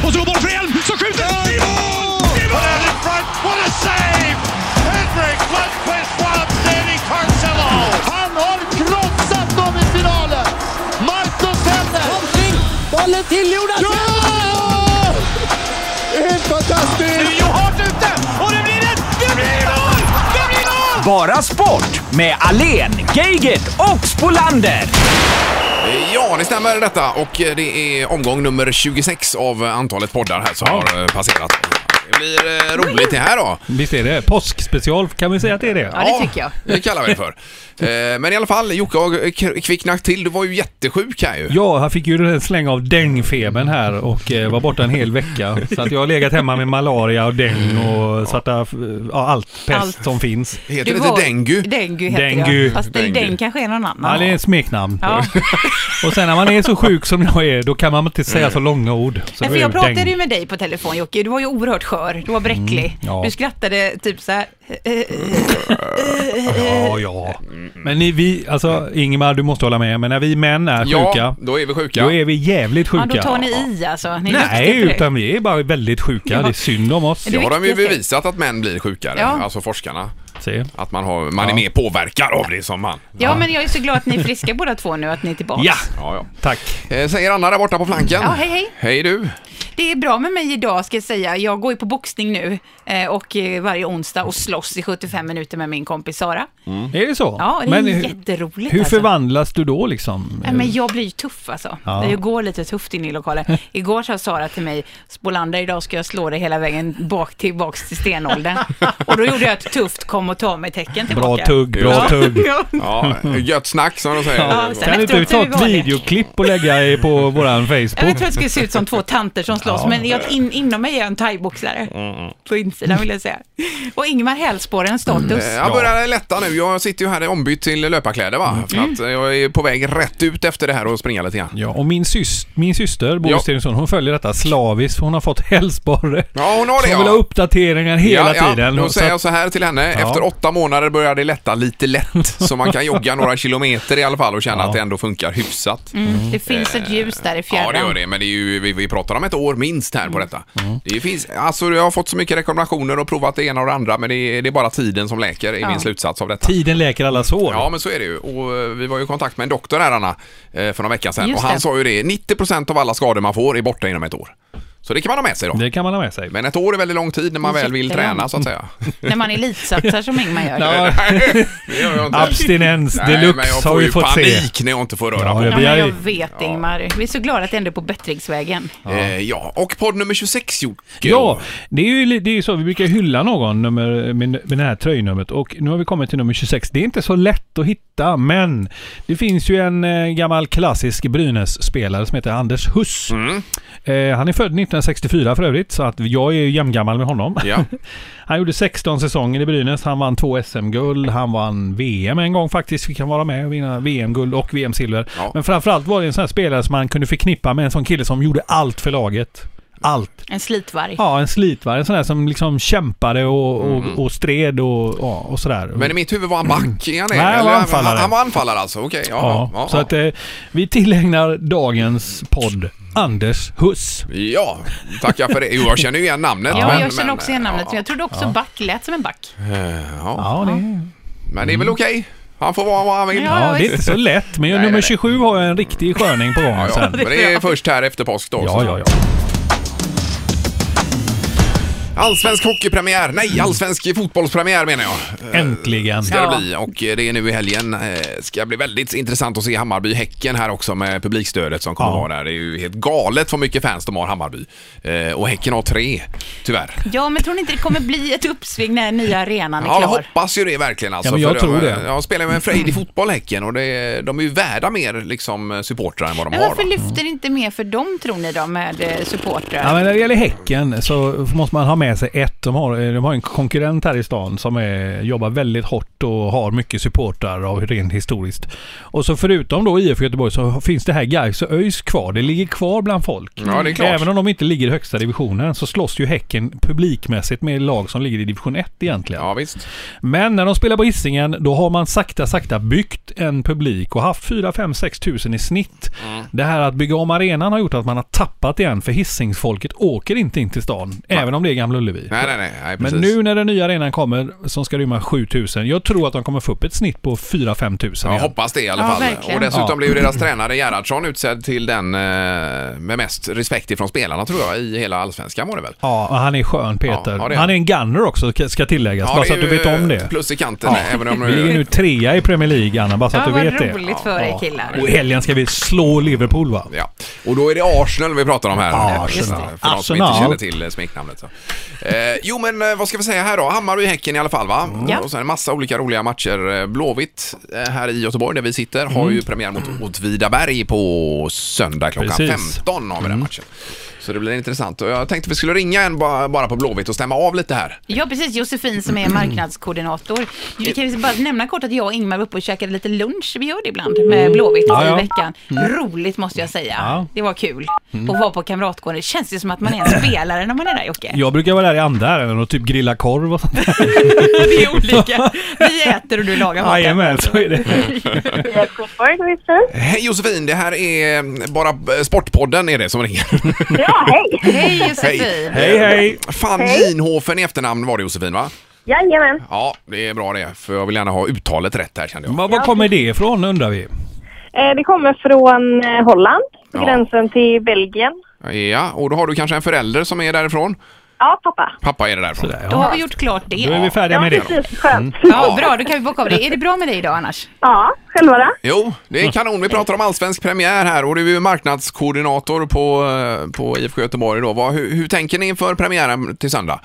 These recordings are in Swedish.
Och så går bollen för Elm, så skjuter i mål! What a save! Henrik Lundqvist, what outstanding Carcelo! Han har krossat dem i finalen! Marcus Hellner! Bollen till Jonas! Ja! Helt fantastiskt! Johart ute! Och det blir mål! Det blir mål! Bara sport med Alen, Geigert och Spolander. Ja, det stämmer detta. Och det är omgång nummer 26 av antalet poddar här som har passerat. Det blir roligt det här då. Visst är det? Påskspecial, kan vi säga att det är det? Ja, det tycker jag. Det kallar vi det för. Men i alla fall, Jocke har kvicknat till. Du var ju jättesjuk här ju. Ja, han fick ju en släng av dängfebern här och var borta en hel vecka. Så att jag har legat hemma med malaria och däng och svarta, allt pest som finns. Heter det inte dengue? Dengue heter Dengue. det. Fast den kanske är någon annan. Ja, det är ett smeknamn. Ja. Och sen när man är så sjuk som jag är, då kan man inte säga så långa ord. Så Men för jag pratade ju med dig på telefon, Jocke. Du var ju oerhört skör. Du var bräcklig. ja. Du skrattade typ så här. Ja. Men alltså Ingemar, du måste hålla med. Men när vi män är sjuka, Ja, då är vi sjuka. då är vi jävligt sjuka. Ja, då tar ni i alltså. Ni är Nej, duktiga på det. utan vi är bara väldigt sjuka. Ja. Det är synd om oss. Det Ja, de har ju viktigaste. bevisat att män blir sjukare, Ja. alltså forskarna. Se. Att man är mer påverkad av det som man. Ja, men jag är så glad att ni är friska båda två nu, att ni är tillbaka. Ja, tack. Säger Anna där borta på flanken. Ja, hej. Hej du. Det är bra med mig idag, ska jag säga. Jag går ju på boxning nu och varje onsdag och slåss i 75 minuter med min kompis Sara. Är det så? Ja, det är jätteroligt. Hur alltså. förvandlas du då liksom? Ja, men jag blir ju tuff alltså. Ja. Jag går lite tufft in i lokalen. Igår sa Sara till mig, Spolander, idag ska jag slå dig hela vägen tillbaks till stenåldern. Och då gjorde jag ett tufft kom och ta mig tecken tillbaka. Bra tugg. Ja, gött snack som de säger. Ja, sen Kan du inte efteråt ta ett videoklipp och lägga på våran Jag Facebook? tror att det skulle se ut som två tanter som slåss, men inom mig är jag en thaiboxare. På insidan vill jag säga. Och Ingmar Hellspåren status. Jag börjar lätta nu. Jag sitter ju här ombytt till löparkläder va? För att jag är på väg rätt ut efter det här och springa lite grann. Ja, och min syster, Bo Stensson, hon följer detta slaviskt. Hon har fått hälsporre. Ja, hon har det. Hon vill ha uppdateringar hela tiden. Då säger jag så här till henne. Efter 8 månader börjar det lätta lite lätt. Så man kan jogga några kilometer i alla fall och känna att det ändå funkar hyfsat. Det finns ett ljus där i fjärran. Ja, det gör det. Men det är ju, vi pratar om ett år minst här på detta. Det finns, alltså jag har fått så mycket rekommendationer och provat det ena och det andra. Men det är bara tiden som läker i min slutsats av detta. Tiden läker alla sår. Ja, men så är det ju. Och vi var ju i kontakt med en doktor här, Anna, för några veckor sedan. Just och han det. sa ju det. 90% av alla skador man får är borta inom ett år. Så det kan man ha med sig då. Det kan man ha med sig. Men ett år är väldigt lång tid när man väl vill träna så att säga. När man elitsatsar som Ingmar gör. Ja. Det gör jag inte. Abstinens Nej, men deluxe jag får har vi ju fått se. panik när jag inte får röra Ja, på jag mig. blir- Ja, men jag vet Ingmar. Vi är så glada att det ändå är på bättringsvägen. Ja, och podd nummer 26, Jocke. Ja, det är ju så. Vi brukar hylla någon med det här tröjnumret. Och nu har vi kommit till nummer 26. Det är inte så lätt att hitta, men det finns ju en gammal klassisk Brynäs-spelare som heter Anders Huss. Han är född 1964 för övrigt, så att jag är ju jämngammal med honom. Ja. Han gjorde 16 säsonger i Brynäs. Han vann 2 SM-guld. Han vann VM en gång faktiskt. Fick han vara med och vinna VM-guld och VM-silver. Ja. Men framförallt var det en sån här spelare som man kunde förknippa med en sån kille som gjorde allt för laget. Allt. En slitvarg. Ja, en slitvarg. En sån där som liksom kämpade och stred och sådär. Men i mitt huvud var han back. Är han det? Nej, han var Eller, anfallare. Han var anfallare alltså, okej. Ja. Så att vi tillägnar dagens podd Anders Huss. Ja, tackar för det. Jo, jag känner ju igen namnet. Ja, jag känner också igen namnet. Men jag trodde också back lät som en back. Ja, Men det är väl okej. Han får vara vad han vill. Ja. Ja, det är inte så lätt. Men nummer 27 har jag en riktig sköning på gång Ja, sen. men det är först här efter påsk då. Ja. Allsvensk hockeypremiär. Nej, allsvensk fotbollspremiär menar jag. Äntligen. Ska det bli. Och det är nu i helgen. Ska bli väldigt intressant att se Hammarby-Häcken här också med publikstödet som kommer vara där. Det är ju helt galet för mycket fans de har Hammarby. Och Häcken har 3, tyvärr. Ja, men tror ni inte det kommer bli ett uppsving när nya arenan är Ja, jag klar? hoppas ju det verkligen. Alltså, Ja, men jag för tror det. Jag spelar med en frejdig fotboll Häcken och de är ju värda mer liksom, supportrar än vad de Men har. varför lyfter inte mer för dem, tror ni då, med supportrar? Ja, men när det gäller Häcken så måste man ha med med sig de har en konkurrent här i stan som jobbar väldigt hårt och har mycket supportrar av rent historiskt. Och så förutom då IFK Göteborg så finns det här Gais och ÖIS kvar. Det ligger kvar bland folk. Ja, det är klart. Även om de inte ligger i högsta divisionen så slåss ju Häcken publikmässigt med lag som ligger i division 1 egentligen. Ja, visst. Men när de spelar på Hisingen då har man sakta byggt en publik och haft 4, 5, 6 tusen i snitt. Det här att bygga om arenan har gjort att man har tappat igen, för Hisingsfolket åker inte in till stan, även om det är Gamla Ullevi. Nej, precis. Men nu när den nya arenan kommer som ska rymma 7000, jag tror att de kommer få upp ett snitt på 4-5 tusen. Jag hoppas det i alla fall. Verkligen. Och dessutom blev ju deras tränare Gerhardsson utsedd till den med mest respekt ifrån spelarna, tror jag, i hela allsvenskan var det väl. Ja, han är skön, Peter. Ja, han är en gunner också, ska tilläggas, bara så att du vet om det. Plus i kanten. Även om vi ligger nu 3 i Premier League, Anna, bara så att du vet det. Vad roligt för er killar. Och helgen ska vi slå Liverpool, va? Ja. Och då är det Arsenal vi pratar om här. Arsenal. För de som inte känner till smeknamnet. Så. Jo, men vad ska vi säga här då? Hammarby i Häcken i alla fall, va? Ja. Och sen en massa olika roliga matcher. Blåvitt här i Göteborg där vi sitter har ju premiär mot Åtvidaberg på söndag klockan 15 av den matchen. Så det blir intressant. Och jag tänkte vi skulle ringa en bara på Blåvitt och stämma av lite här. Ja, precis. Josefin som är marknadskoordinator. Vi kan bara nämna kort att jag och Ingmar var uppe och käkade lite lunch. Vi gör det ibland med Blåvitt i veckan. Roligt måste jag säga. Ja. Det var kul. Och vara på Kamratgården. Det känns ju som att man är en spelare när man är där, Jocke. Jag brukar vara där i andra och typ grilla korv och sånt. Det är olika. Vi äter och du lagar maten. Jajamän, så är det. Hej Josefin, det här är bara Sportpodden är det som ringer. Ja, hej! Hej Josefin! Hej! Fan Ginhofen i efternamn var det, Josefin, va? Jajamän. Ja, det är bra det. För jag vill gärna ha uttalet rätt här, kände jag. Var kommer det ifrån, undrar vi? Det kommer från Holland, gränsen till Belgien. Ja, och då har du kanske en förälder som är därifrån? Ja, pappa. Pappa är det därifrån. Sådär, Då har vi gjort klart det. Då är vi färdiga med det. Precis, skönt. Ja, bra. Då kan vi bocka av det. Är det bra med dig idag annars? Ja, själva det. Jo, det är kanon. Vi pratar om allsvensk premiär här och du är ju marknadskoordinator på IFK Göteborg då. Hur tänker ni inför premiären till söndag?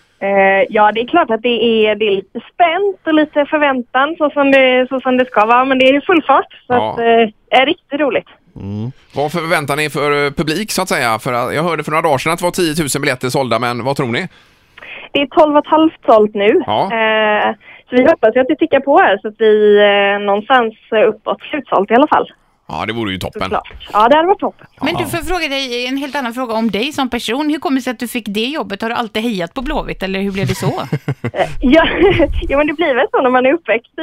Ja, det är klart att det är lite spänt och lite förväntan så som det ska vara, men det är full fart. Så att, det är riktigt roligt. Vad förväntar ni för publik så att säga? För jag hörde för några dagar sedan att det var 10 000 biljetter sålda, men vad tror ni? Det är 12,5 sålt nu. Ja. Så vi hoppas att det tickar på här så att vi någonstans uppåt slutsålt i alla fall. Ja, det vore ju toppen. Såklart. Ja, det hade varit toppen. Men du, får fråga dig en helt annan fråga om dig som person. Hur kommer det sig att du fick det jobbet? Har du alltid hejat på Blåvitt eller hur blev det så? Ja, men det blir väl så när man är uppväxt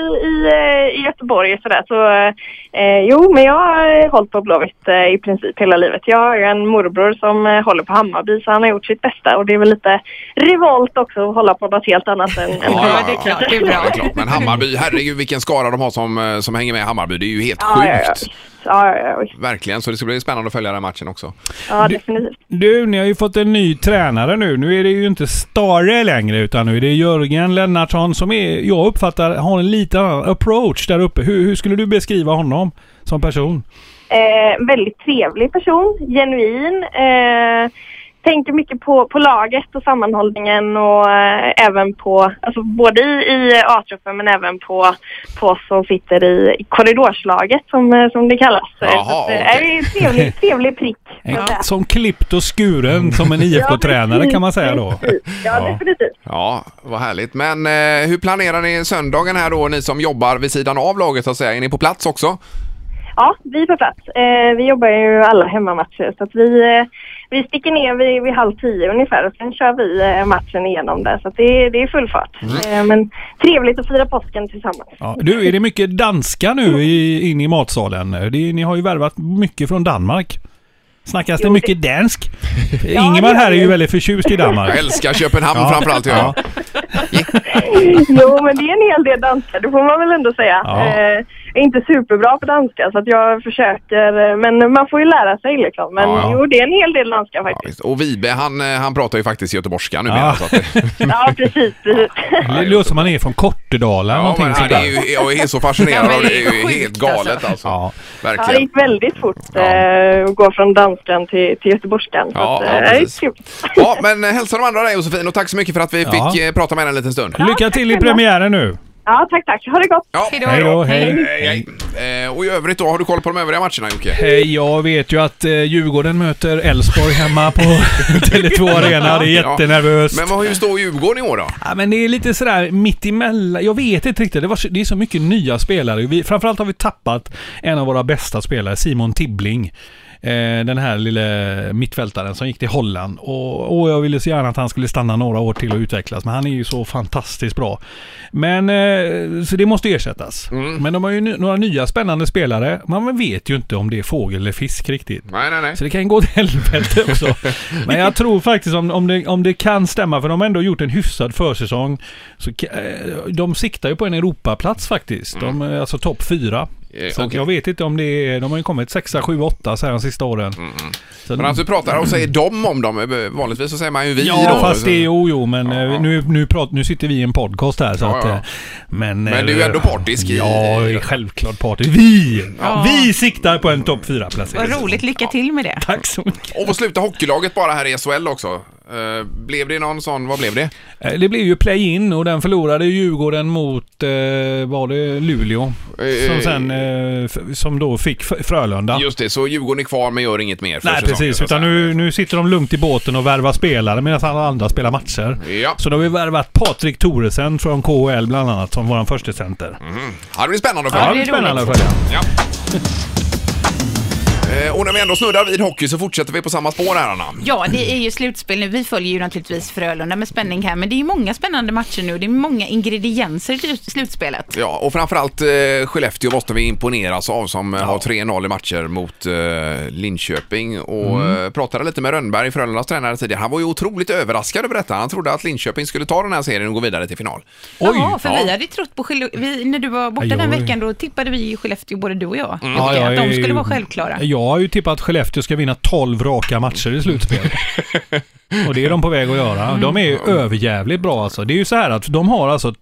i Göteborg och sådär. Så, jo, men jag har hållit på Blåvitt i princip hela livet. Jag har en morbror som håller på Hammarby, så han har gjort sitt bästa. Och det är väl lite revolt också att hålla på något helt annat än Ja, det är klart. Det är bra. Ja, det är klart. Men Hammarby, herregud vilken skara de har som hänger med Hammarby. Det är ju helt sjukt. Ja. Verkligen, så det ska bli spännande att följa den matchen också. Ja, definitivt. Du, ni har ju fått en ny tränare nu. Nu är det ju inte Stare längre, utan nu är det Jörgen Lennartsson som jag uppfattar har en liten annan approach där uppe. Hur skulle du beskriva honom som person? Väldigt trevlig person, genuin. Tänker mycket på laget och sammanhållningen och även på, alltså både i A-truppen men även på oss som sitter i korridorslaget som det kallas. Jaha, så det är en trevlig prick. Som klippt och skuren som en IFK-tränare kan man säga då. Ja, definitivt. Ja, vad härligt. Men hur planerar ni söndagen här då, ni som jobbar vid sidan av laget så att säga? Är ni på plats också? Ja, vi är på plats. Vi jobbar ju alla hemmamatcher så att vi sticker ner vid 9:30 ungefär och sen kör vi matchen igenom där. Så att det är full fart. Men trevligt att fira påsken tillsammans. Ja, du, är det mycket danska nu in i matsalen? Ni har ju värvat mycket från Danmark. Snackas det mycket dansk? Ingemar här är ju väldigt förtjust i Danmark. Jag älskar Köpenhamn framförallt. Ja. Jo, men det är en hel del danska, det får man väl ändå säga. Jag är inte superbra på danska så att jag försöker, men man får ju lära sig liksom. Men jo, det är en hel del danska faktiskt. Och Vibe, han pratar ju faktiskt göteborgska nu. Så att ja, precis. Det låter som man är från Kortedala. Ja, men jag är så fascinerad och det är ju helt galet alltså. Ja. Verkligen. Ja, det gick väldigt fort att gå från danskan till göteborgskan. Ja, men hälsa de andra dig Josefin och tack så mycket för att vi fick prata med dig en liten stund. Lycka till i premiären nu. Ja, tack. Ha det gott. Ja. Hej då, hej. Och i övrigt då, har du koll på de övriga matcherna, Jocke? Hej, jag vet ju att Djurgården möter Elfsborg hemma på Tele2 Arena. Det är jättenervöst. Men hur står Djurgården i år då? Ja, men det är lite sådär mitt emellan. Jag vet inte riktigt. Det är så mycket nya spelare. Framförallt har vi tappat en av våra bästa spelare, Simon Tibbling. Den här lilla mittfältaren som gick till Holland och jag ville så gärna att han skulle stanna några år till och utvecklas, men han är ju så fantastiskt bra. Men så det måste ersättas. Men de har ju några nya spännande spelare. Man vet ju inte om det är fågel eller fisk riktigt. Nej. Så det kan gå till helvete också. Men jag tror faktiskt om det kan stämma, för de har ändå gjort en hyfsad försäsong, så de siktar ju på en Europaplats faktiskt. Alltså topp 4. Så jag vet inte om det är... De har ju kommit 6, 7, 8 så här de sista åren. Så men alltså pratar och säger de om dem. Vanligtvis så säger man ju vi ja, då. Fast det är jo. Men nu sitter vi i en podcast här. Så att, men du är ändå partisk. Ja, självklart partisk. Vi siktar på en topp 4-plats. Vad roligt, lycka till med det. Tack så mycket. Och få sluta hockeylaget bara här i SHL också. Blev det någon sån, vad blev det? Det blev ju play-in och den förlorade Djurgården mot var det Luleå som då fick Frölunda. Just det, så Djurgården är kvar men gör inget mer för nej, precis, utan nu sitter de lugnt i båten och värvar spelare medan alla andra spelar matcher. Ja. Så då har vi värvat Patrik Thoresen från KHL bland annat som våran första center. Ja, det blir spännande att följa. Ja, det är spännande att följa. Ja. Och när vi ändå snuddar vid hockey så fortsätter vi på samma spår här, Anna. Ja, det är ju slutspel nu. Vi följer ju naturligtvis Frölunda med spänning här. Men det är ju många spännande matcher nu. Det är många ingredienser i slutspelet. Ja, och framförallt Skellefteå måste vi imponeras av som har 3-0 i matcher mot Linköping. Och pratade lite med Rönnberg, i Frölundas tränare tidigare. Han var ju otroligt överraskad över detta. Han trodde att Linköping skulle ta den här serien och gå vidare till final. Ja, för vi hade trott på när du var borta den veckan, då tippade vi Skellefteå, både du och jag. Att de skulle vara självklara. Jag har ju tippat att Skellefteå ska vinna 12 raka matcher i slutspel. Och det är de på väg att göra. De är ju överjävligt bra alltså. Det är ju så här att de har alltså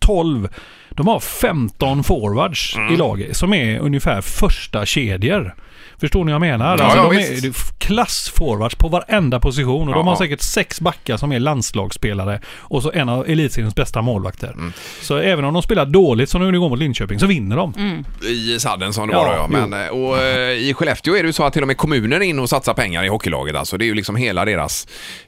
15 forwards i laget som är ungefär första kedjor. Förstår ni vad jag menar? Alltså de är klassforwards på varenda position och de har säkert 6 backar som är landslagsspelare och så en av elitseriens bästa målvakter. Så även om de spelar dåligt som de går mot Linköping så vinner de. I Sadden som det var men och i Skellefteå är det ju så att till och med kommunen är in och satsar pengar i hockeylaget. Alltså det är ju liksom hela deras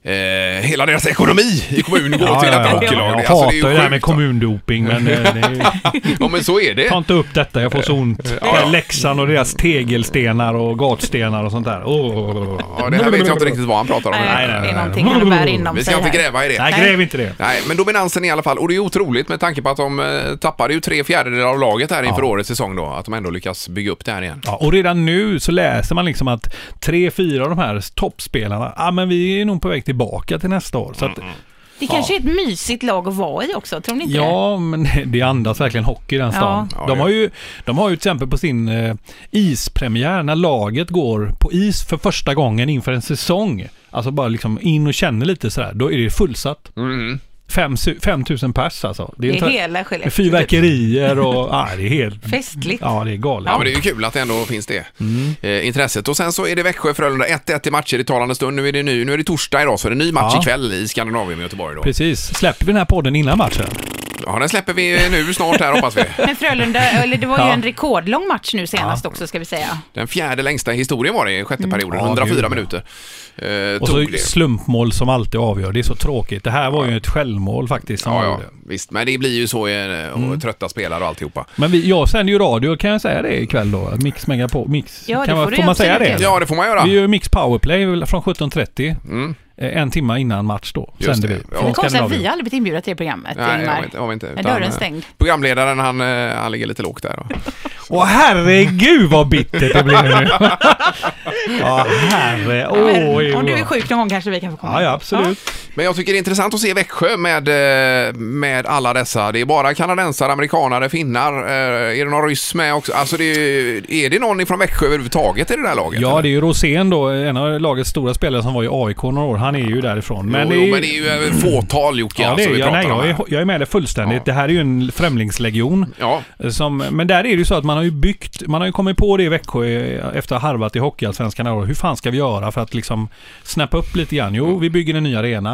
ekonomi i kommunen går till detta hockeylag. Jag alltså, hatar ju det här med kommundoping men ja, men så är det. Ta inte upp detta, jag får så ont. Leksand och deras tegelstenar och gatstenar och sånt där. Ja, det här vet jag inte riktigt vad han pratar om. Nej, det är någonting han bär inom vi ska inte gräva i det. Nej, gräv inte det. Nej, men dominansen i alla fall. Och det är otroligt med tanke på att de tappade ju 3/4 av laget här inför årets säsong då. Att de ändå lyckas bygga upp det här igen. Ja, och redan nu så läser man liksom att 3-4 av de här toppspelarna, men vi är nog på väg tillbaka till nästa år. Så att, det kanske är ett mysigt lag att vara i också, tror ni inte det? Ja, men det andas verkligen hockey i den stan. Ja. De har ju till exempel på sin ispremiär när laget går på is för första gången inför en säsong. Alltså bara liksom in och känner lite sådär. Då är det fullsatt. 5 000 pers alltså. Det är hela Skellefteå. Fyrverkerier och det är helt festligt. Ja, det är galet. Ja, men det är ju kul att det ändå finns det intresset. Och sen så är det Växjö-Frölunda 1-1 i matcher i talande stund. Nu är det torsdag idag så är det ny match ikväll i Skandinavien med Göteborg då. Precis. Släpper vi den här podden innan matchen? Ja, den släpper vi nu snart här hoppas vi. Men Frölunda, eller det var ju en rekordlång match nu senast också ska vi säga. Den 4:e längsta i historien var det i 6:e perioden, 104 minuter. Och så slumpmål som alltid avgör. Det är så tråkigt. Det här var ju ett självmål faktiskt. Visst. Men det blir ju så och trötta spelare och alltihopa. Men jag sänder ju radio, kan jag säga det ikväll då? Mix Megapol. Mix. Ja, får man säga det? Ja, det får man göra. Vi gör Mix Powerplay från 17:30. En timme innan match då. Sänder vi. Det är konstigt att vi har aldrig blivit inbjudna till programmet. Nej, jag vet inte. Är dörren stängd? Programledaren, han ligger lite lågt där. Åh herregud vad bittert det blir nu. Om du är sjuk någon gång kanske vi kan få komma. Ja, absolut. Men jag tycker det är intressant att se Växjö med alla dessa. Det är bara kanadensare, amerikanare, finnar. Är det någon ryss med också? Alltså är det någon från Växjö överhuvudtaget i det där laget? Ja, eller? Det är ju Rosén då, en av lagets stora spelare som var i AIK några år. Han är ju därifrån. Men men det är ju fåtal, Jocke. Ja, jag är med det fullständigt. Ja. Det här är ju en främlingslegion. Ja. Men där är det ju så att man har ju kommit på det i Växjö efter att ha harvat i Hockeyallsvenskan. Hur fan ska vi göra för att liksom snappa upp lite grann? Jo, vi bygger en ny arena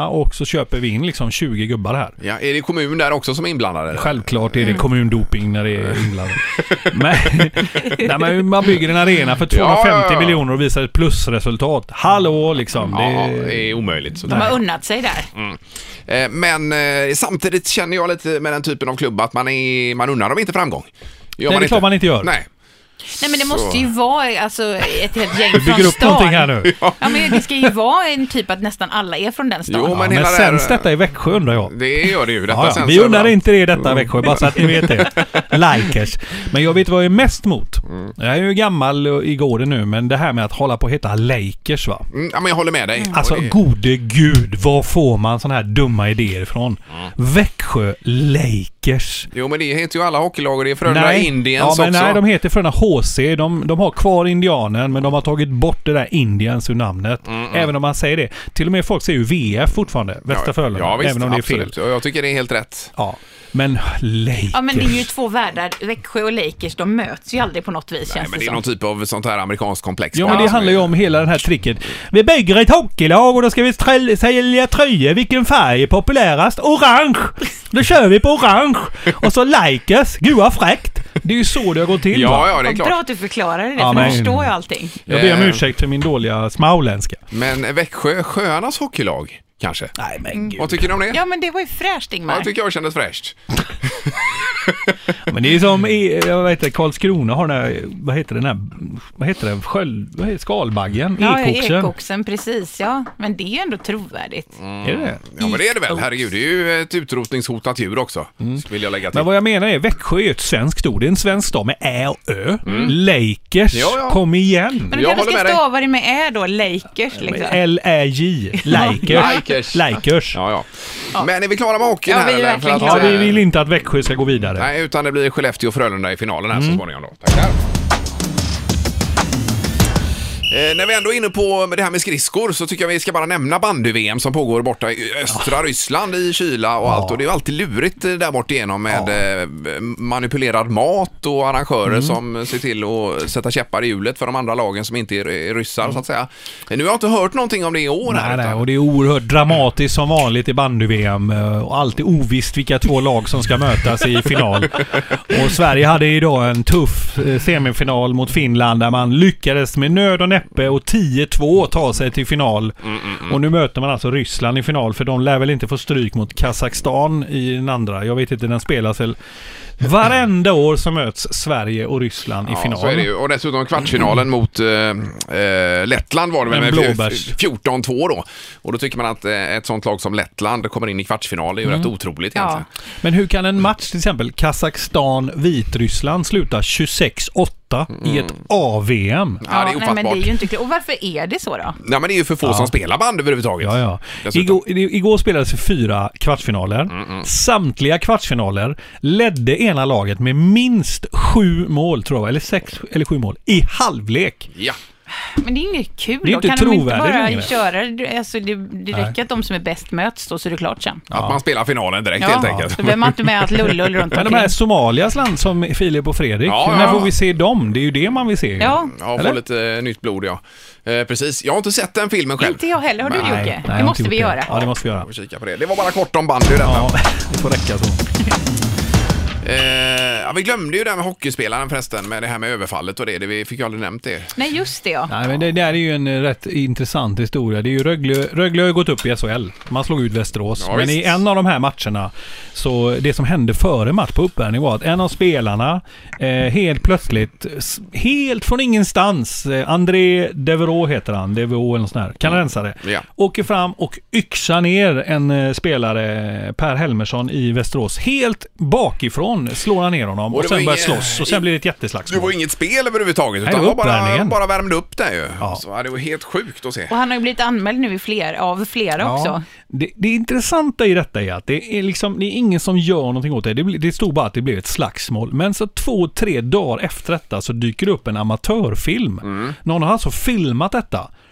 arena och så köper vi in liksom 20 gubbar här. Ja, är det kommun där också som är inblandade? Självklart är det kommundoping när det är inblandat. Men man bygger en arena för 250 miljoner och visar ett plusresultat. Hallå liksom. Det är omöjligt. De har unnat sig där. Men samtidigt känner jag lite med den typen av klubb att man unnar dem inte framgång. Nej, det är klart man inte gör. Nej, men det måste ju vara alltså, ett helt gäng från stan. Bygger upp någonting här nu. Ja, men det ska ju vara en typ att nästan alla är från den stan. Jo, men men sänds detta i Växjö undrar jag. Det gör det ju. Vi undrar inte det i detta Växjö, bara så att ni vet det. Likers. Men jag vet vad jag är mest mot. Jag är ju gammal i gården nu, men det här med att hålla på att heta Lakers, va? Ja, men jag håller med dig. Alltså, gode gud, var får man såna här dumma idéer ifrån? Växjö Lakers. Jo, men det heter ju alla hockeylag och det är Frölunda Indians också. Nej, de heter Frölunda HC. De har kvar indianen, men de har tagit bort det där Indians ur namnet. Även om man säger det. Till och med folk säger ju VF fortfarande, Västra Frölunda. Ja, visst, även om det är absolut. fel. Jag tycker det är helt rätt. Ja. Men Lakers. Ja, men det är ju två världar. Växjö och Lakers, de möts ju aldrig på något vis. Nej, men det är någon typ av sånt här amerikanskt komplex. Ja, men det handlar ju om hela den här tricket. Vi bygger ett hockeylag och då ska vi sälja tröjor. Vilken färg är populärast? Orange! Då kör vi på orange. Och så Lakers. Gud vad fräckt. Det är ju så det har gått till. Ja, det är klart. Bra att du förklarar det, för nu förstår jag allting. Jag ber om ursäkt för min dåliga småländska. Men Växjö, sjöarnas hockeylag kanske? Nej, men gud. Vad tycker du om det? Ja, men det var ju fräscht, Ingmar. Ja, jag tycker jag kändes fräscht. Men det är som jag vet inte, Karlskrona har den här, vad heter skalbaggen? Ekoxen, precis, ja. Men det är ju ändå trovärdigt. Är det? Ja, men det är det väl. Herregud, det är ju ett utrotningshotat djur också. Vill jag lägga till. Men vad jag menar är, Växjö är ett svenskt ord. Det är en svensk stad med ä och ö. Lakers, kom igen. Men du kanske ska stava det med ä då, Lakers liksom. L-Ä-J, Lakers. Ja. Men är vi klara med hockeyn här? Vi är verkligen klara. Vi vill inte att Växjö ska gå vidare. Nej, utan det blir Skellefteå och Frölunda i finalen här så småningom då. Tackar. När vi ändå är inne på det här med skridskor så tycker jag vi ska bara nämna bandy-VM som pågår borta i östra Ryssland i kyla och allt. Och det är ju alltid lurigt där bort igenom med manipulerad mat och arrangörer som ser till att sätta käppar i hjulet för de andra lagen som inte är ryssar så att säga. Nu har jag inte hört någonting om det i år. Nej, och det är oerhört dramatiskt som vanligt i bandy-VM och alltid ovisst vilka två lag som ska mötas i final. Och Sverige hade idag en tuff semifinal mot Finland där man lyckades med nöd och näppe och 10-2 ta sig till final. Och nu möter man alltså Ryssland i final, för de lär väl inte få stryk mot Kazakstan i den andra. Jag vet inte, den spelas väl varenda år som möts Sverige och Ryssland i final. Så är det ju. Och dessutom kvartsfinalen mot Lettland var det väl med 14-2 då. Och då tycker man att ett sånt lag som Lettland kommer in i kvartsfinal. Det är ju rätt otroligt egentligen. Men hur kan en match till exempel Kazakstan-Vitryssland sluta 26-8 i ett AVM? Ja, det är ofattbart. Men det är ju inte. Och varför är det så då? Nej, men det är ju för få som spelar band överhuvudtaget. Igår spelades 4 kvartsfinaler. Samtliga kvartsfinaler ledde ena laget med minst 7 mål tror jag, eller 6 eller 7 mål i halvlek. Ja. Men det är inget kul. Det är inte kan de inte bara längre köra? Alltså, det räcker att de som är bäst möts då, så är det klart sen. Att man spelar finalen direkt helt enkelt. Så behöver man inte med att lullull runt omkring. Men de här Somalias land som Filip och Fredrik, när får vi se dem? Det är ju det man vill se. Ja, få lite nytt blod, precis. Jag har inte sett den filmen själv. Inte jag heller, har du gjort det? Det måste vi göra. Ja, det måste vi göra. Kika på det. Det var bara kort om bandy. Ja, det får räcka så. Vi glömde ju det här med hockeyspelaren förresten, med det här med överfallet och det. Vi fick ju aldrig nämnt det. Nej, just det, Nej, men det där är ju en rätt intressant historia. Det är ju Rögle har gått upp i SHL. Man slog ut Västerås. Ja, men i en av de här matcherna, så det som hände före match på uppvärmning var att en av spelarna helt plötsligt, helt från ingenstans, André Devereaux heter han, Devereaux eller något sånt här, kanadensare, åker fram och yxar ner en spelare, Per Helmersson i Västerås, helt bakifrån slår han ner honom och sen börjar slåss och sen blir det ett jätteslagsmål. Det var inget spel överhuvudtaget, utan det var bara värmde upp där ju. Ja. Så det var helt sjukt att se. Och han har ju blivit anmäld nu av flera också. Det intressanta i detta är att det är ingen som gör någonting åt det. Det stod bara att det blev ett slagsmål. Men så 2-3 dagar efter detta så dyker det upp en amatörfilm. Någon har alltså filmat detta.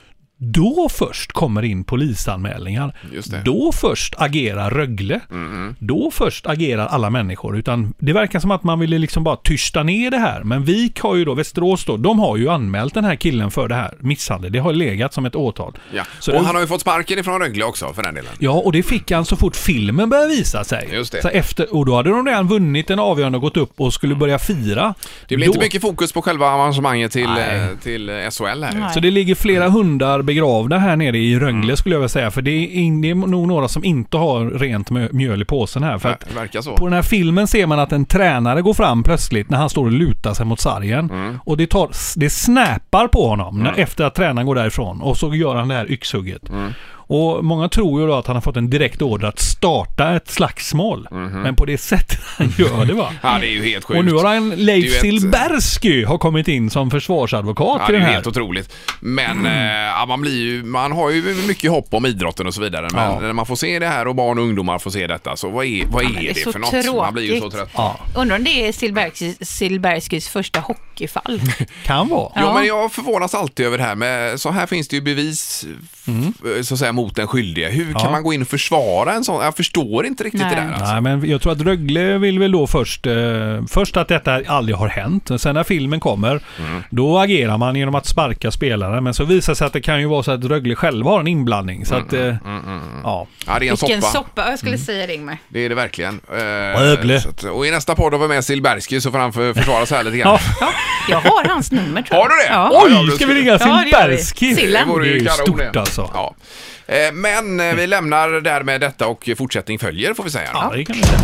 då först kommer in polisanmälningar. Just det. Då först agerar Rögle. Då först agerar alla människor. Utan det verkar som att man ville liksom bara tysta ner det här. Men Vik har ju då, Västerås då, de har ju anmält den här killen för det här misshandel. Det har legat som ett åtal. Ja. Så och han har ju fått sparken ifrån Rögle också för den delen. Ja, och det fick han så fort filmen började visa sig. Just det. Så och då hade de redan vunnit en avgörande och gått upp och skulle börja fira. Det blir inte mycket fokus på själva avancemanget till SHL här. Nej. Så det ligger flera hundar begravda här nere i Rögle skulle jag vilja säga. För det är nog några som inte har rent mjöl i påsen här. För att Det verkar så. på den här filmen ser man att en tränare går fram plötsligt när han står och lutar sig mot sargen. Och det snappar på honom efter att tränaren går därifrån. Och så gör han det här yxhugget. Och många tror ju då att han har fått en direkt order att starta ett slagsmål. Men på det sättet han gör det, va? Ja, det är ju helt sjukt. Och nu har han Leif Det är ju Silbersky har kommit in som försvarsadvokat Ja, till det den är här. helt otroligt. Men man har ju mycket hopp om idrotten och så vidare. Men när man får se det här och barn och ungdomar får se detta, så vad är det för något? Tråkigt. Man blir ju så trött. Ja, Undrar om det är Silberskys första hockeyfall. kan vara. Ja, men jag förvånas alltid över det här. Men så här finns det ju bevis så att säga, mot den skyldige. Hur kan man gå in och försvara en sån? Jag förstår inte riktigt det där. Alltså. Nej, men jag tror att Rögle vill väl då först att detta aldrig har hänt. Sen när filmen kommer, då agerar man genom att sparka spelare. Men så visar sig att det kan ju vara så att Rögle själva har en inblandning. Så att, ja. Ja, det är en Vilken soppa. soppa. Jag skulle säga det, Ingmar. Det är det verkligen. Rögle. Och i nästa podd har vi med Silbersky, så får han försvara sig här lite grann. Ja. Ja, jag har hans nummer, tror jag. Har du det? Ja. Ja, Oj, ska vi ringa Ja, det gör vi. Silbersky? Sillen. Det vore Det är ju ju kanon stort det. alltså. Ja. Men vi lämnar där med detta och fortsättning följer, får vi säga. Ja, det kan vi säga.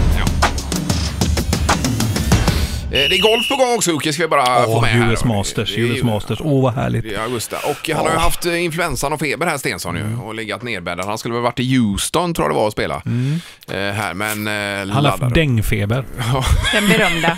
Det är golf på gång också, Uke, ska vi bara få med här. US Masters. Vad härligt. Det är Augusta. Och han har ju haft influensan och feber här, Stensson ju, och legat nedbäddad. Han skulle väl varit i Houston, tror jag det var, och spela här, men Han har haft dängfeber. Den berömda.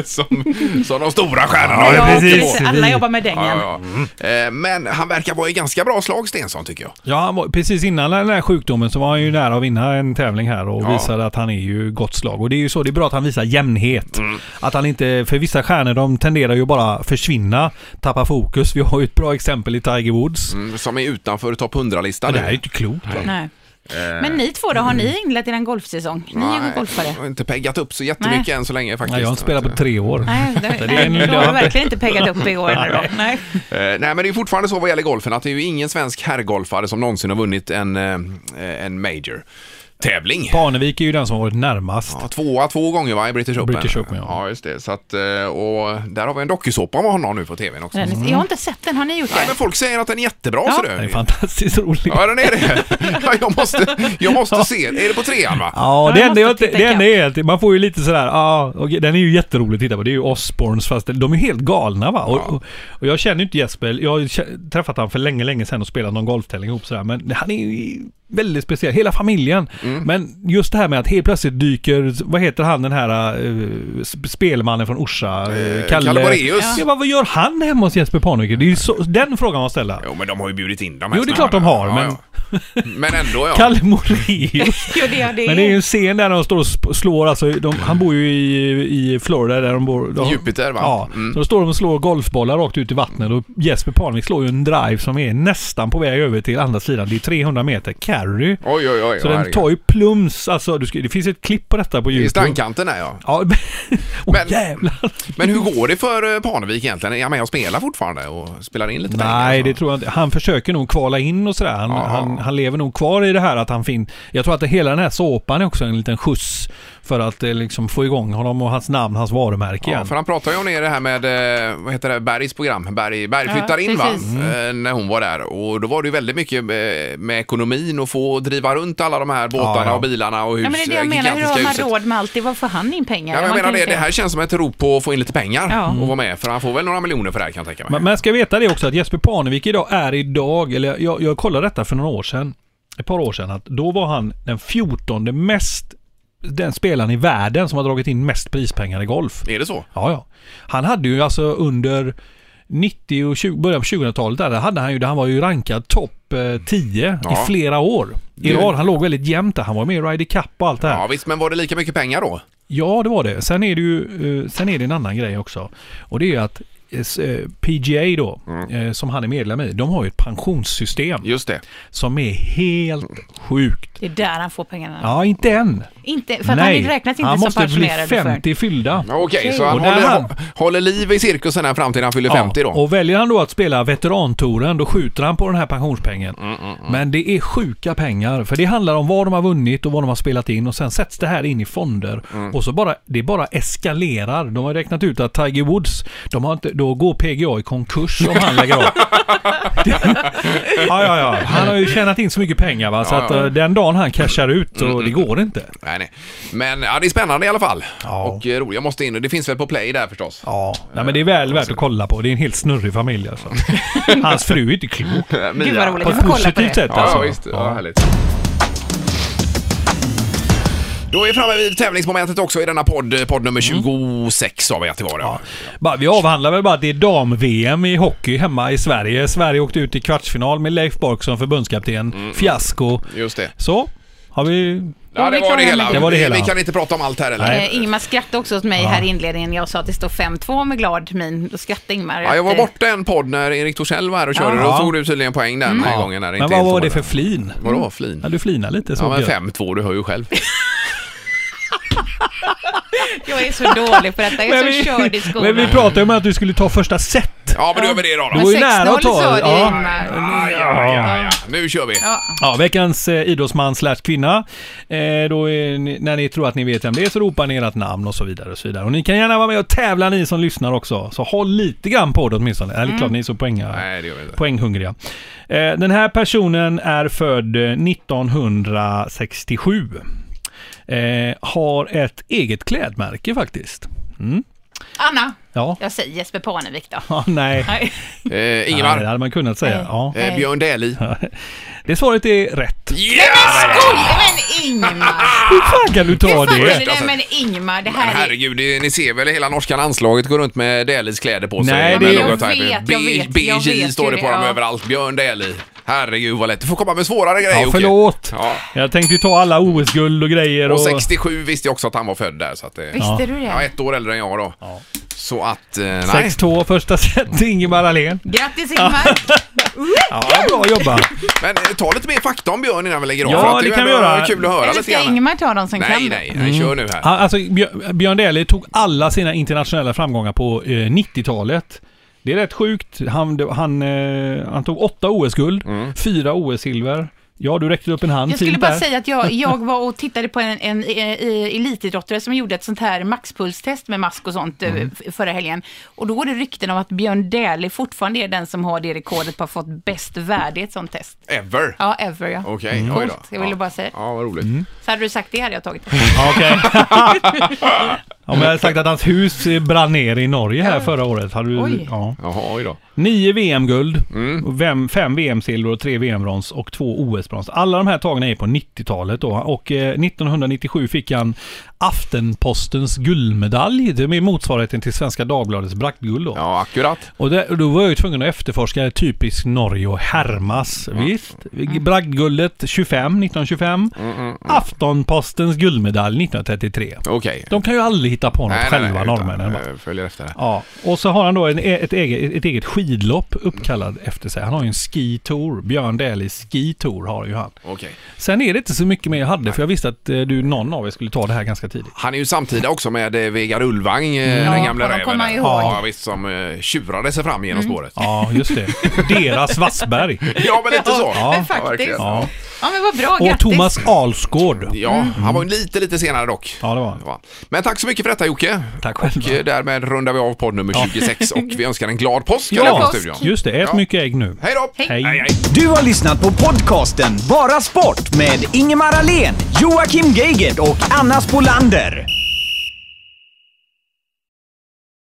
som de stora stjärnorna. Ja, precis. Alla jobbar med dängen. Men han verkar vara i ganska bra slag, Stensson, tycker jag. Ja, han var, precis innan den här sjukdomen så var han ju nära att vinna en tävling här och visade att han är ju gott slag. Och det är ju så, det är bra att han visar jämnhet. Att han inte, för vissa stjärnor, de tenderar ju bara försvinna, tappa fokus. Vi har ju ett bra exempel i Tiger Woods. Som är utanför topp 100-listan. Det här är ju inte klokt. Nej. Men ni två då, har ni inlett er golfsäsong? Ni är ju golfare. Jag har inte peggat upp så jättemycket än så länge faktiskt. Nej, jag har inte spelat på 3 år. Nej, du har verkligen inte peggat upp i år nu då. Nej. Nej, men det är fortfarande så vad gäller golfen att det är ju ingen svensk herrgolfare som någonsin har vunnit en major tävling. Parnevik är ju den som har varit närmast. Ja, två gånger, va, i British Open. British Open, ja. Ja, just det. Så att, och där har vi en dokusåpa med honom nu på tvn också. Jag har inte sett den, har ni gjort Nej, det? men folk säger att den är jättebra. Ja. Så Den är fantastiskt rolig. Ja, den är det. Ja, jag måste se. Är det på 3:an, va? Ja, Ja, det enda är att man får ju lite sådär, och den är ju jätterolig att titta på. Det är ju Osborns, fast de är helt galna, va? Och jag känner ju inte Jesper. Jag har träffat han för länge sedan och spelat någon golftävling ihop sådär. Men han är ju väldigt speciell. Hela familjen. Men just det här med att helt plötsligt dyker, vad heter han, den här spelmannen från Orsa? Kalle Boreus. Ja, vad gör han hemma hos Jesper Parnevik? Det är ju så, den frågan man ställer. Jo, men de har ju bjudit in dem. Jo, det är klart de har, men... Men ändå, ja. Kalle Moraeus. Jo, det är det. Men det är ju en scen där de står och slår, alltså, han bor ju i Florida där de bor. Jupiter, va? Ja, så då står de och slår golfbollar rakt ut i vattnet och Jesper Parnevik slår ju en drive som är nästan på väg över till andra sidan. Det är 300 meter carry. Oj. Så den tar ju plums, alltså det finns ett klipp på detta på YouTube. I stangkanten där, ja. Ja, jävlar. Men hur går det för Parnevik egentligen? Är han med och spelar fortfarande och spelar in lite pengar? Nej, det tror jag inte. Han försöker nog kvala in och sådär. Han lever nog kvar i det här att han jag tror att hela den här såpan är också en liten skjuts för att liksom få igång honom och hans namn, hans varumärke igen. Ja, för han pratar ju om det här med, vad heter det, Bergs program. Berg flyttar in, va? När hon var där. Och då var det ju väldigt mycket med ekonomin och få driva runt alla de här båtarna och bilarna och hus. Ja, men det är det jag menar. Hur har han råd med allt? Vad får han in pengar? Ja, jag menar det här känns som ett rop på att få in lite pengar och vara med. För han får väl några miljoner för det här, kan jag tänka mig. Men jag ska veta det också att Jesper Parnevik eller jag kollade detta för några år sedan. Ett par år sedan, att då var han den 14:e den spelaren i världen som har dragit in mest prispengar i golf. Är det så? Ja. Han hade ju alltså under 90 och början på 2000-talet där han var ju rankad topp 10 i flera år. Han låg väldigt jämnt där. Han var med i Ryder Cup och allt det här. Ja, visst, men var det lika mycket pengar då? Ja, det var det. Sen är det en annan grej också. Och det är ju att PGA då, som han är medlem i, de har ju ett pensionssystem. Just det. Som är helt sjukt. Det är där han får pengarna. Ja, inte än. Inte, för att han räknas inte som pensionerad. Han måste bli 50 fyllda. Okej, så han håller liv i cirkusen här fram till han fyller 50 då. Och väljer han då att spela veterantouren, då skjuter han på den här pensionspengen. Men det är sjuka pengar, för det handlar om vad de har vunnit och vad de har spelat in, och sen sätts det här in i fonder och så det bara eskalerar. De har räknat ut att Tiger Woods, då går PGA i konkurs om han lägger av. Ja. Han har ju tjänat in så mycket pengar, va? Så att den dagen han cashar ut, och det går inte. Nej. Men det är spännande i alla fall. Ja. Och roligt, jag måste in, och det finns väl på Play där förstås. Ja, men det är väl värt att kolla på. Det är en helt snurrig familj alltså. Hans fru är inte klok. Gud vad roligt, På ett positivt sätt alltså. Ja, visst. Ja, härligt. Då är vi framme vid tävlingsmomentet också i denna podd nummer 26 av att det var det. Ja. Vi avhandlar väl bara att det är dam-VM i hockey hemma i Sverige. Sverige åkte ut i kvartsfinal med Leif Bork som förbundskapten. Fiasko. Just det. Så har vi... Ja, det var det hela. Vi kan inte prata om allt här eller? Ingmar skrattade också åt mig här i inledningen. Jag sa att det står 5-2 med glad min. Då skrattade Ingmar. Ja, jag var borta en podd när Erik Torssell var här och körde. Då tog du tydligen poäng den här gången. När det men inte vad var det för flin? Vadå flin? Ja, du flinar lite så. Ja, men 5-2, du hör ju själv. Jag är så dålig på detta. Jag är så körd i skolan. Men vi pratade om att du skulle ta första set. Ja, men då gör vi det då. Du var ju nära att ta. Ja. Nu kör vi. Ja, veckans idrottsman / kvinna. Då när ni tror att ni vet vem det är, så ropar ni ert namn och så vidare och så vidare. Och ni kan gärna vara med och tävla, ni som lyssnar också. Så håll lite grann på det åtminstone. Eller klart ni är så poänghungriga. Den här personen är född 1967. Har ett eget klädmärke faktiskt. Anna. Ja. Jag säger Jesper Parnevik då. Ja, nej. Ingemar. Nej, det hade man kunnat säga. Ja. Björn Dählie. Det svaret är rätt. Men Ingmar. Hur fan kan du ta det? Men Ingmar, det här men herregud, ni ser väl hela norska landslaget går runt med Dählies kläder på sig. Nej, BJ står det på dem överallt. Björn Dählie. Herregud vad lätt. Du får komma med svårare grejer. Ja, förlåt. Ja. Jag tänkte ju ta alla OS-guld och grejer. Och 67 visste jag också att han var född där. Så att det, visste du det? Ja, 1 år äldre än jag då. Ja. Så att, nej. 6-2 första set, Ingemar Ahlén. Grattis Ingmar. Ja, bra jobbat. Men ta lite mer fakta om Björn innan vi lägger av. Ja, för att det kan vi göra. Kul att höra lite grann. Ska Ingmar ta dem som kan? Nej, kör nu här. Alltså, Björn Dählie tog alla sina internationella framgångar på 90-talet. Det är rätt sjukt. Han tog 8 OS-guld, 4 OS-silver. Ja, du räckte upp en hand. Jag skulle bara säga att jag var och tittade på en elitidrottare som gjorde ett sånt här maxpulstest med mask och sånt förra helgen. Och då var det rykten om att Björn Dählie fortfarande är den som har det rekordet på att ha fått bäst värde i ett sånt test. Ever? Ja, ever, ja. Okej, oj då. Jag ville bara säga. Ja, vad roligt. Så hade du sagt det hade jag tagit det. Okej. Om jag hade sagt att hans hus brann ner i Norge här förra året. Hade du, oj. Ja. Jaha, oj då. 9 VM-guld, 5 VM-silver och 3 VM-brons och 2 OS-brons. Alla de här tagna är på 90-talet då. Och 1997 fick han Aftenpostens guldmedalj. Det är motsvarigheten till Svenska Dagbladets bragdguld då. Ja, akkurat. Och då var jag ju tvungen att efterforska typiskt Norge och härmas. Visst. Bragdguldet 1925. Aftenpostens guldmedalj 1933. Okej. De kan ju aldrig hitta på något själva, norrmännen. Följer efter det. Ja. Och så har han då ett eget skidlopp uppkallad efter sig. Han har ju en ski tour. Björn Dählie ski tour har ju han. Okej. Sen är det inte så mycket mer jag hade, för jag visste att någon av er skulle ta det här ganska tidigt. Han är ju samtida också med Vegard Ulvang, den gamla räven. Ja, visst, som tjurade sig fram genom spåret. Ja, just det. Deras Vassberg. Ja, men lite så. Ja, faktiskt. Ja, men vad bra, och grattis. Thomas Alsgård. Ja, han var lite senare dock. Ja, det var. Men tack så mycket för detta, Jocke. Tack själv. Och därmed rundar vi av podd nummer 26 och vi önskar en glad påsk. Ja, just det. Ät mycket ägg nu. Hej då. Hej. Du har lyssnat på podcasten Bara Sport med Ingemar Ahlén, Joakim Geigert och Anna Spolander.